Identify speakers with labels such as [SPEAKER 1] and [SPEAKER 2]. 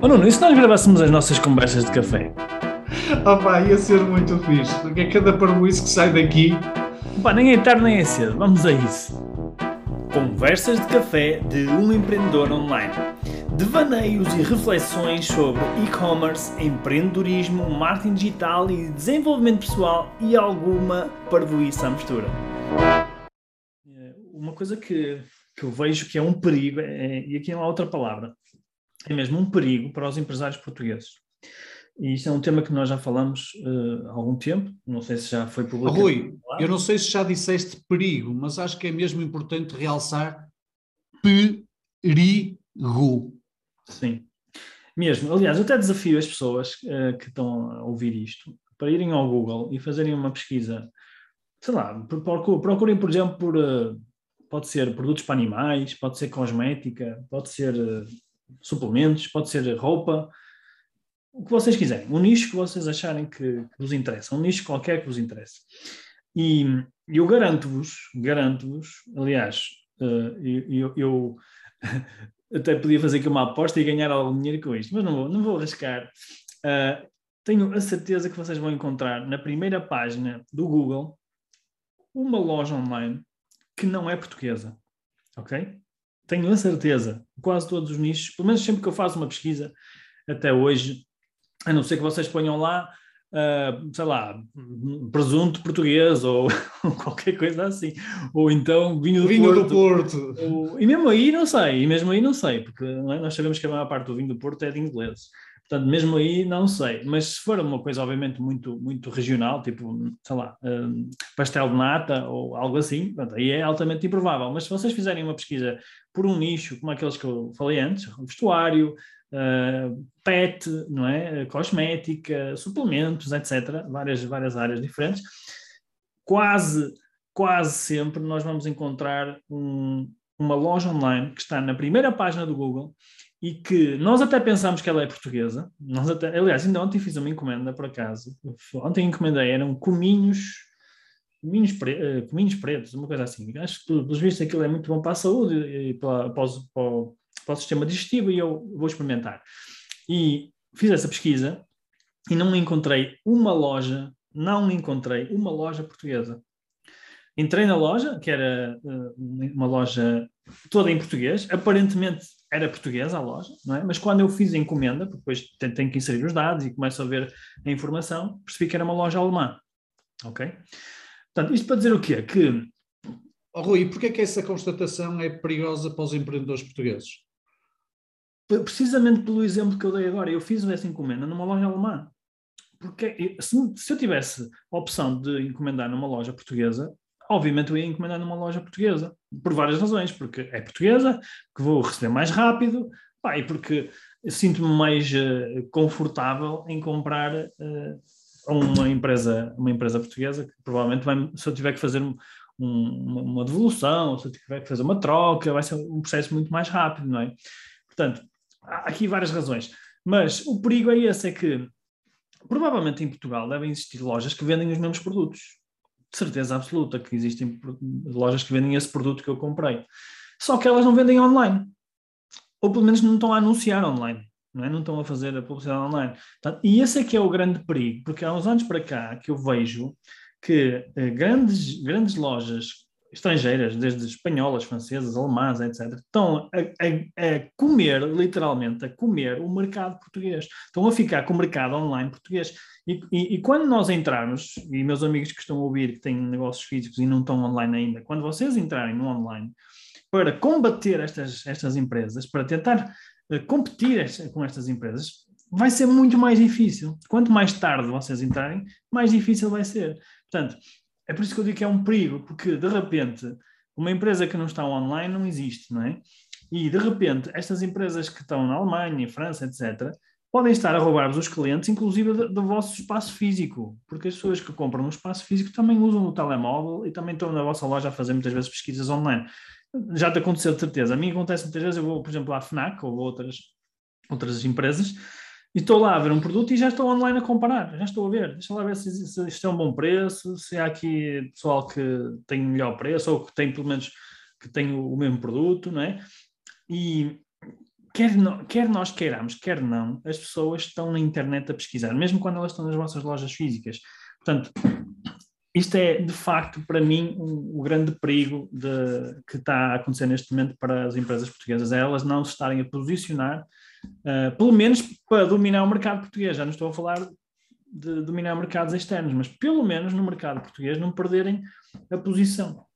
[SPEAKER 1] Oh Nuno, e se nós gravássemos as nossas conversas de café?
[SPEAKER 2] Opa, ia ser muito fixe, porque é cada parboice que sai daqui.
[SPEAKER 1] Pá, nem é tarde nem é cedo, vamos a isso. Conversas de café de um empreendedor online. Devaneios e reflexões sobre e-commerce, empreendedorismo, marketing digital e desenvolvimento pessoal e alguma parvoíce à mistura. Uma coisa que eu vejo que é um perigo, e aqui não há outra palavra, é mesmo um perigo para os empresários portugueses. E isto é um tema que nós já falamos há algum tempo, não sei se já foi
[SPEAKER 2] Oh,
[SPEAKER 1] publicado.
[SPEAKER 2] Rui, eu não sei se já disseste perigo, mas acho que é mesmo importante realçar perigo.
[SPEAKER 1] Sim, mesmo. Aliás, eu até desafio as pessoas que estão a ouvir isto para irem ao Google e fazerem uma pesquisa, sei lá, procurem, por exemplo, pode ser produtos para animais, pode ser cosmética, pode ser suplementos, pode ser roupa, o que vocês quiserem, um nicho que vocês acharem que vos interessa, um nicho qualquer que vos interesse. E eu garanto-vos, aliás, eu até podia fazer aqui uma aposta e ganhar algum dinheiro com isto, mas não vou arriscar. Tenho a certeza que vocês vão encontrar na primeira página do Google uma loja online que não é portuguesa, ok? Tenho a certeza, quase todos os nichos, pelo menos sempre que eu faço uma pesquisa, até hoje, a não ser que vocês ponham lá, sei lá, presunto português ou qualquer coisa assim. Ou então vinho do
[SPEAKER 2] Vinho do
[SPEAKER 1] Porto.
[SPEAKER 2] Porto.
[SPEAKER 1] E mesmo aí não sei, porque não é? Nós sabemos que a maior parte do vinho do Porto é de ingleses. Portanto, mesmo aí não sei. Mas se for uma coisa, obviamente, muito, muito regional, tipo, sei lá, pastel de nata ou algo assim, pronto, aí é altamente improvável. Mas se vocês fizerem uma pesquisa por um nicho, como aqueles que eu falei antes, vestuário, pet, não é? Cosmética, suplementos, etc. Várias áreas diferentes. Quase, quase sempre nós vamos encontrar uma loja online que está na primeira página do Google e que nós até pensamos que ela é portuguesa. Aliás, ainda ontem fiz uma encomenda, por acaso. Ontem encomendei, eram cominhos pretos, uma coisa assim. Acho que, pelos vistos, aquilo é muito bom para a saúde e para o sistema digestivo e eu vou experimentar. E fiz essa pesquisa e não encontrei uma loja portuguesa. Entrei na loja, que era uma loja toda em português, aparentemente era portuguesa a loja, não é? Mas quando eu fiz a encomenda, porque depois tenho que inserir os dados e começo a ver a informação, percebi que era uma loja alemã, ok? Portanto, isto para dizer o quê? Que
[SPEAKER 2] Oh, Rui, e porquê é que essa constatação é perigosa para os empreendedores portugueses?
[SPEAKER 1] precisamente pelo exemplo que eu dei agora, eu fiz essa encomenda numa loja alemã. Porque se eu tivesse a opção de encomendar numa loja portuguesa, obviamente eu ia encomendar numa loja portuguesa, por várias razões, porque é portuguesa, que vou receber mais rápido, pá, e porque sinto-me mais confortável em comprar a uma empresa portuguesa, que provavelmente se eu tiver que fazer uma devolução, se eu tiver que fazer uma troca, vai ser um processo muito mais rápido, não é? Portanto, há aqui várias razões. Mas o perigo é esse, é que provavelmente em Portugal devem existir lojas que vendem os mesmos produtos. De certeza absoluta que existem lojas que vendem esse produto que eu comprei. Só que elas não vendem online. Ou pelo menos não estão a anunciar online. Não é? Não estão a fazer a publicidade online. E esse é que é o grande perigo, porque há uns anos para cá que eu vejo que grandes lojas estrangeiras, desde espanholas, francesas, alemãs, etc., estão a comer, literalmente, a comer o mercado português. Estão a ficar com o mercado online português. E quando nós entrarmos, e meus amigos que estão a ouvir, que têm negócios físicos e não estão online ainda, quando vocês entrarem no online, para combater estas empresas, para tentar competir com estas empresas, vai ser muito mais difícil. Quanto mais tarde vocês entrarem, mais difícil vai ser. Portanto, é por isso que eu digo que é um perigo, porque de repente uma empresa que não está online não existe, não é? E de repente estas empresas que estão na Alemanha, França, etc., podem estar a roubar-vos os clientes, inclusive do vosso espaço físico, porque as pessoas que compram no espaço físico também usam o telemóvel e também estão na vossa loja a fazer muitas vezes pesquisas online. Já te aconteceu de certeza. A mim acontece muitas vezes, eu vou, por exemplo, à FNAC ou outras empresas e estou lá a ver um produto e já estou online a comparar, já estou a ver, deixa lá ver se isto é um bom preço, se há aqui pessoal que tem melhor preço ou que tem pelo menos que tem o mesmo produto, não é? E quer nós queiramos, quer não, as pessoas estão na internet a pesquisar, mesmo quando elas estão nas vossas lojas físicas. Portanto, isto é, de facto, para mim, o grande perigo que está a acontecer neste momento para as empresas portuguesas, é elas não se estarem a posicionar, pelo menos para dominar o mercado português. Já não estou a falar de dominar mercados externos, mas pelo menos no mercado português não perderem a posição.